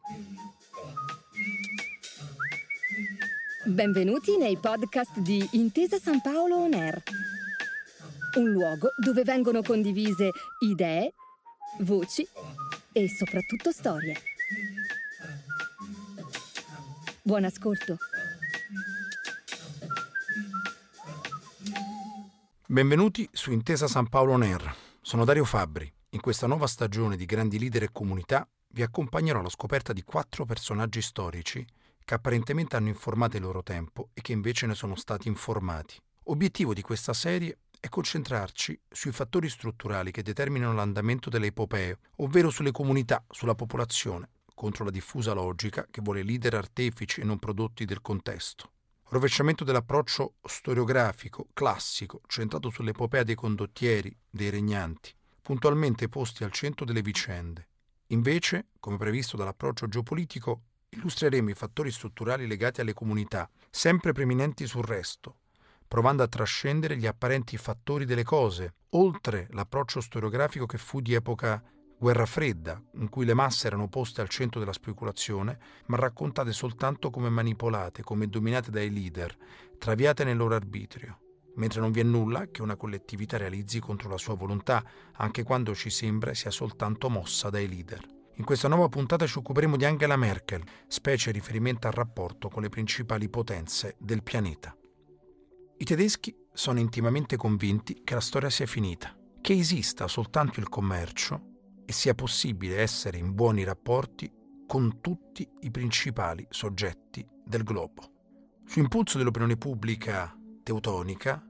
Benvenuti nei podcast di Intesa San Paolo On Air, un luogo dove vengono condivise idee, voci e soprattutto storie. Buon ascolto. Benvenuti su Intesa San Paolo On Air. Sono Dario Fabbri. In questa nuova stagione di Grandi Leader e Comunità vi accompagnerò alla scoperta di 4 personaggi storici che apparentemente hanno informato il loro tempo e che invece ne sono stati informati. Obiettivo di questa serie è concentrarci sui fattori strutturali che determinano l'andamento delle epopee, ovvero sulle comunità, sulla popolazione, contro la diffusa logica che vuole leader artefici e non prodotti del contesto. Rovesciamento dell'approccio storiografico, classico, centrato sull'epopea dei condottieri, dei regnanti, puntualmente posti al centro delle vicende. Invece, come previsto dall'approccio geopolitico, illustreremo i fattori strutturali legati alle comunità, sempre preminenti sul resto, provando a trascendere gli apparenti fattori delle cose, oltre l'approccio storiografico che fu di epoca guerra fredda, in cui le masse erano poste al centro della speculazione, ma raccontate soltanto come manipolate, come dominate dai leader, traviate nel loro arbitrio, mentre non vi è nulla che una collettività realizzi contro la sua volontà, anche quando ci sembra sia soltanto mossa dai leader. In questa nuova puntata ci occuperemo di Angela Merkel, specie riferimento al rapporto con le principali potenze del pianeta. I tedeschi sono intimamente convinti che la storia sia finita, che esista soltanto il commercio e sia possibile essere in buoni rapporti con tutti i principali soggetti del globo. Su impulso dell'opinione pubblica teutonica,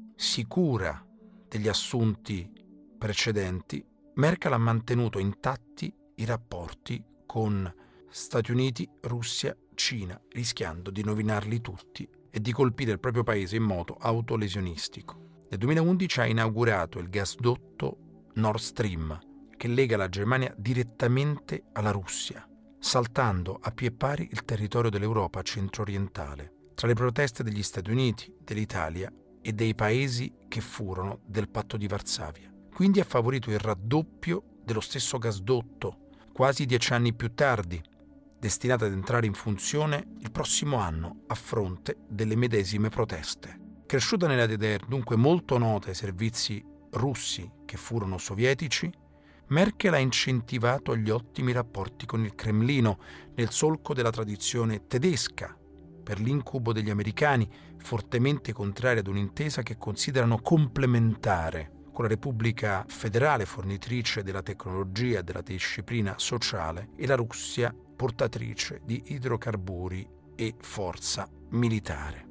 sicura degli assunti precedenti, Merkel ha mantenuto intatti i rapporti con Stati Uniti, Russia, Cina, rischiando di rovinarli tutti e di colpire il proprio paese in modo autolesionistico. Nel 2011 ha inaugurato il gasdotto Nord Stream, che lega la Germania direttamente alla Russia, saltando a piè pari il territorio dell'Europa centro-orientale, tra le proteste degli Stati Uniti, dell'Italia e dei paesi che furono del Patto di Varsavia. Quindi ha favorito il raddoppio dello stesso gasdotto, quasi 10 anni più tardi, destinato ad entrare in funzione il prossimo anno a fronte delle medesime proteste. Cresciuta nella DDR, dunque molto nota ai servizi russi che furono sovietici, Merkel ha incentivato gli ottimi rapporti con il Cremlino nel solco della tradizione tedesca, per l'incubo degli americani, fortemente contrari ad un'intesa che considerano complementare con la Repubblica Federale fornitrice della tecnologia e della disciplina sociale e la Russia portatrice di idrocarburi e forza militare.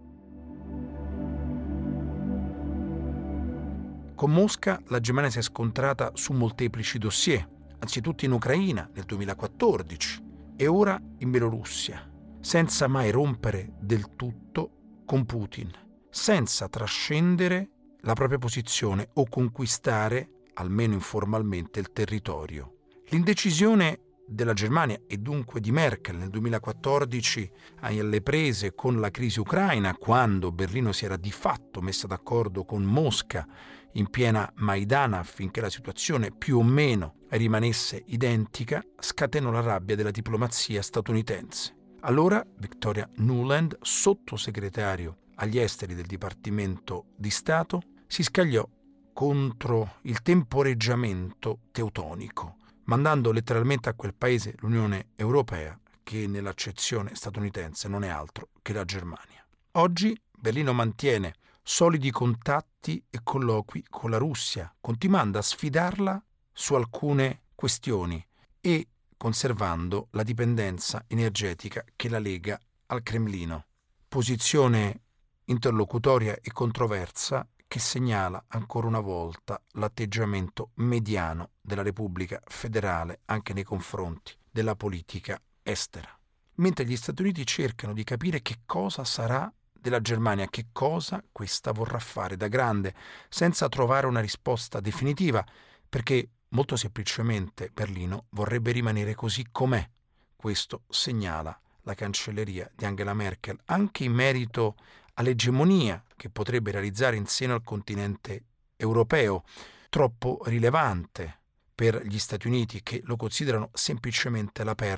Con Mosca la Germania si è scontrata su molteplici dossier, anzitutto in Ucraina nel 2014 e ora in Bielorussia, senza mai rompere del tutto con Putin, senza trascendere la propria posizione o conquistare, almeno informalmente, il territorio. L'indecisione della Germania e dunque di Merkel nel 2014 alle prese con la crisi ucraina, quando Berlino si era di fatto messa d'accordo con Mosca in piena Maidan affinché la situazione più o meno rimanesse identica, scatenò la rabbia della diplomazia statunitense. Allora Victoria Nuland, sottosegretario agli esteri del Dipartimento di Stato, si scagliò contro il temporeggiamento teutonico, mandando letteralmente a quel paese l'Unione Europea, che nell'accezione statunitense non è altro che la Germania. Oggi Berlino mantiene solidi contatti e colloqui con la Russia, continuando a sfidarla su alcune questioni e conservando la dipendenza energetica che la lega al Cremlino. Posizione interlocutoria e controversa che segnala ancora una volta l'atteggiamento mediano della Repubblica Federale anche nei confronti della politica estera. Mentre gli Stati Uniti cercano di capire che cosa sarà della Germania, che cosa questa vorrà fare da grande, senza trovare una risposta definitiva, perché molto semplicemente Berlino vorrebbe rimanere così com'è. Questo segnala la cancelleria di Angela Merkel, anche in merito all'egemonia che potrebbe realizzare in seno al continente europeo, troppo rilevante per gli Stati Uniti, che lo considerano semplicemente la perla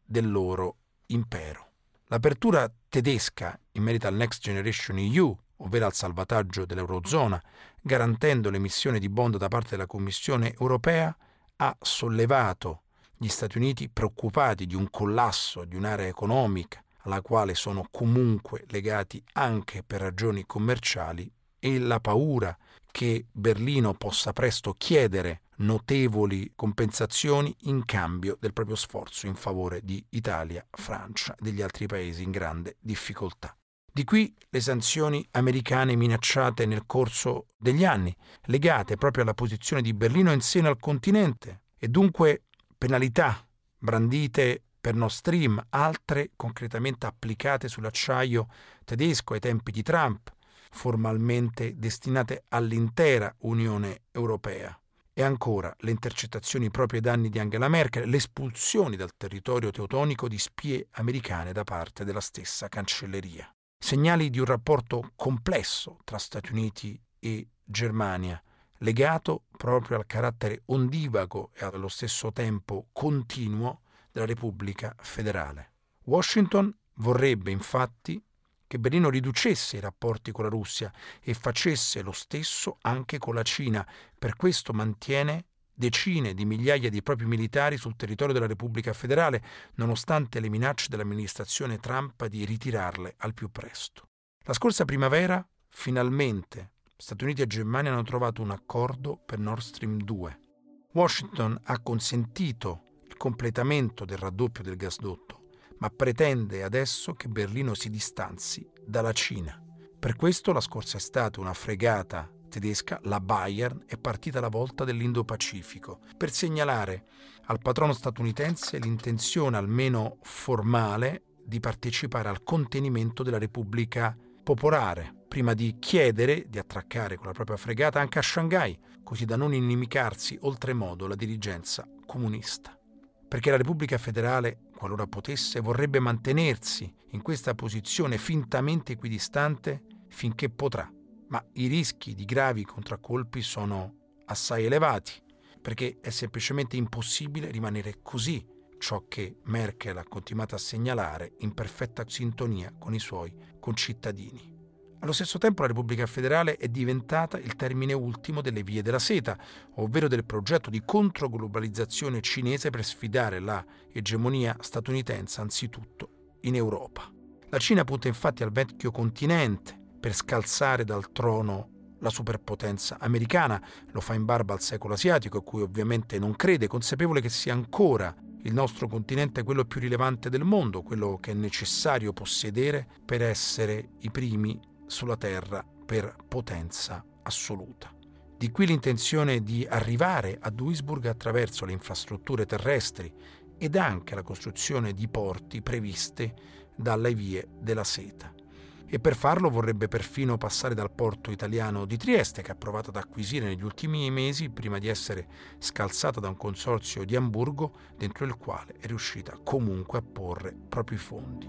del loro impero. L'apertura tedesca in merito al Next Generation EU, ovvero al salvataggio dell'Eurozona, garantendo l'emissione di bond da parte della Commissione europea, ha sollevato gli Stati Uniti preoccupati di un collasso di un'area economica alla quale sono comunque legati anche per ragioni commerciali, e la paura che Berlino possa presto chiedere notevoli compensazioni in cambio del proprio sforzo in favore di Italia, Francia e degli altri paesi in grande difficoltà. Di qui le sanzioni americane minacciate nel corso degli anni, legate proprio alla posizione di Berlino in seno al continente, e dunque penalità brandite per Nord Stream, altre concretamente applicate sull'acciaio tedesco ai tempi di Trump, formalmente destinate all'intera Unione Europea. E ancora le intercettazioni proprio ai danni di Angela Merkel, le espulsioni dal territorio teutonico di spie americane da parte della stessa cancelleria. Segnali di un rapporto complesso tra Stati Uniti e Germania, legato proprio al carattere ondivago e allo stesso tempo continuo della Repubblica Federale. Washington vorrebbe infatti che Berlino riducesse i rapporti con la Russia e facesse lo stesso anche con la Cina. Per questo mantiene decine di migliaia di propri militari sul territorio della Repubblica Federale, nonostante le minacce dell'amministrazione Trump di ritirarle al più presto. La scorsa primavera, finalmente, Stati Uniti e Germania hanno trovato un accordo per Nord Stream 2. Washington ha consentito il completamento del raddoppio del gasdotto, ma pretende adesso che Berlino si distanzi dalla Cina. Per questo la scorsa estate una fregata tedesca, la Bayern, è partita alla volta dell'Indo-Pacifico per segnalare al patrono statunitense l'intenzione almeno formale di partecipare al contenimento della Repubblica Popolare, prima di chiedere di attraccare con la propria fregata anche a Shanghai, così da non inimicarsi oltremodo la dirigenza comunista. Perché la Repubblica Federale, qualora potesse, vorrebbe mantenersi in questa posizione fintamente equidistante finché potrà, ma i rischi di gravi contraccolpi sono assai elevati, perché è semplicemente impossibile rimanere così, ciò che Merkel ha continuato a segnalare in perfetta sintonia con i suoi concittadini. Allo stesso tempo la Repubblica Federale è diventata il termine ultimo delle vie della seta, ovvero del progetto di controglobalizzazione cinese per sfidare la egemonia statunitense anzitutto in Europa. La Cina punta infatti al vecchio continente per scalzare dal trono la superpotenza americana, lo fa in barba al secolo asiatico, a cui ovviamente non crede, consapevole che sia ancora il nostro continente quello più rilevante del mondo, quello che è necessario possedere per essere i primi sulla Terra per potenza assoluta. Di qui l'intenzione di arrivare a Duisburg attraverso le infrastrutture terrestri ed anche la costruzione di porti previste dalle vie della seta. E per farlo vorrebbe perfino passare dal porto italiano di Trieste, che ha provato ad acquisire negli ultimi mesi prima di essere scalzata da un consorzio di Amburgo, dentro il quale è riuscita comunque a porre propri fondi.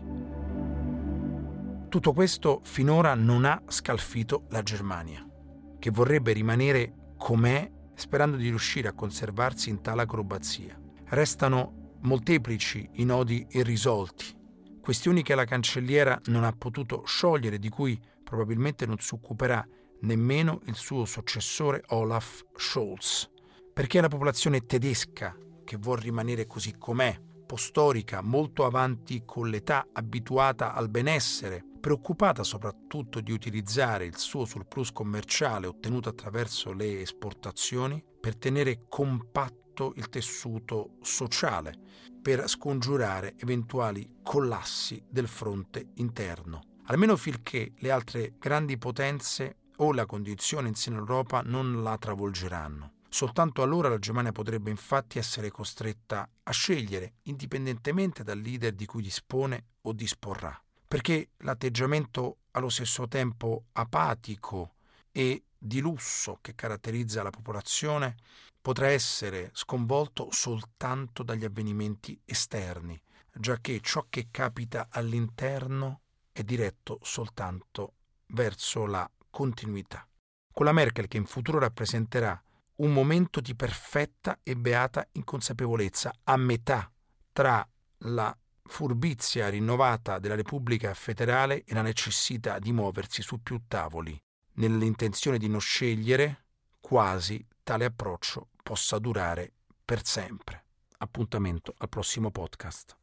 Tutto questo finora non ha scalfito la Germania, che vorrebbe rimanere com'è, sperando di riuscire a conservarsi in tale acrobazia. Restano molteplici i nodi irrisolti, questioni che la cancelliera non ha potuto sciogliere, di cui probabilmente non si occuperà nemmeno il suo successore Olaf Scholz, perché è la popolazione tedesca che vuol rimanere così com'è, postorica, molto avanti con l'età, abituata al benessere, preoccupata soprattutto di utilizzare il suo surplus commerciale ottenuto attraverso le esportazioni per tenere compatto il tessuto sociale, per scongiurare eventuali collassi del fronte interno, almeno finché le altre grandi potenze o la condizione in seno all'Europa non la travolgeranno. Soltanto allora la Germania potrebbe infatti essere costretta a scegliere, indipendentemente dal leader di cui dispone o disporrà, perché l'atteggiamento allo stesso tempo apatico e di lusso che caratterizza la popolazione potrà essere sconvolto soltanto dagli avvenimenti esterni, giacché ciò che capita all'interno è diretto soltanto verso la continuità. Con la Merkel che in futuro rappresenterà un momento di perfetta e beata inconsapevolezza, a metà tra la furbizia rinnovata della Repubblica Federale e la necessità di muoversi su più tavoli, nell'intenzione di non scegliere quasi tale approccio possa durare per sempre. Appuntamento al prossimo podcast.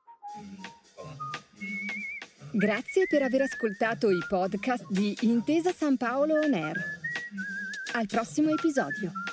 Grazie per aver ascoltato i podcast di Intesa San Paolo On Air. Al prossimo episodio.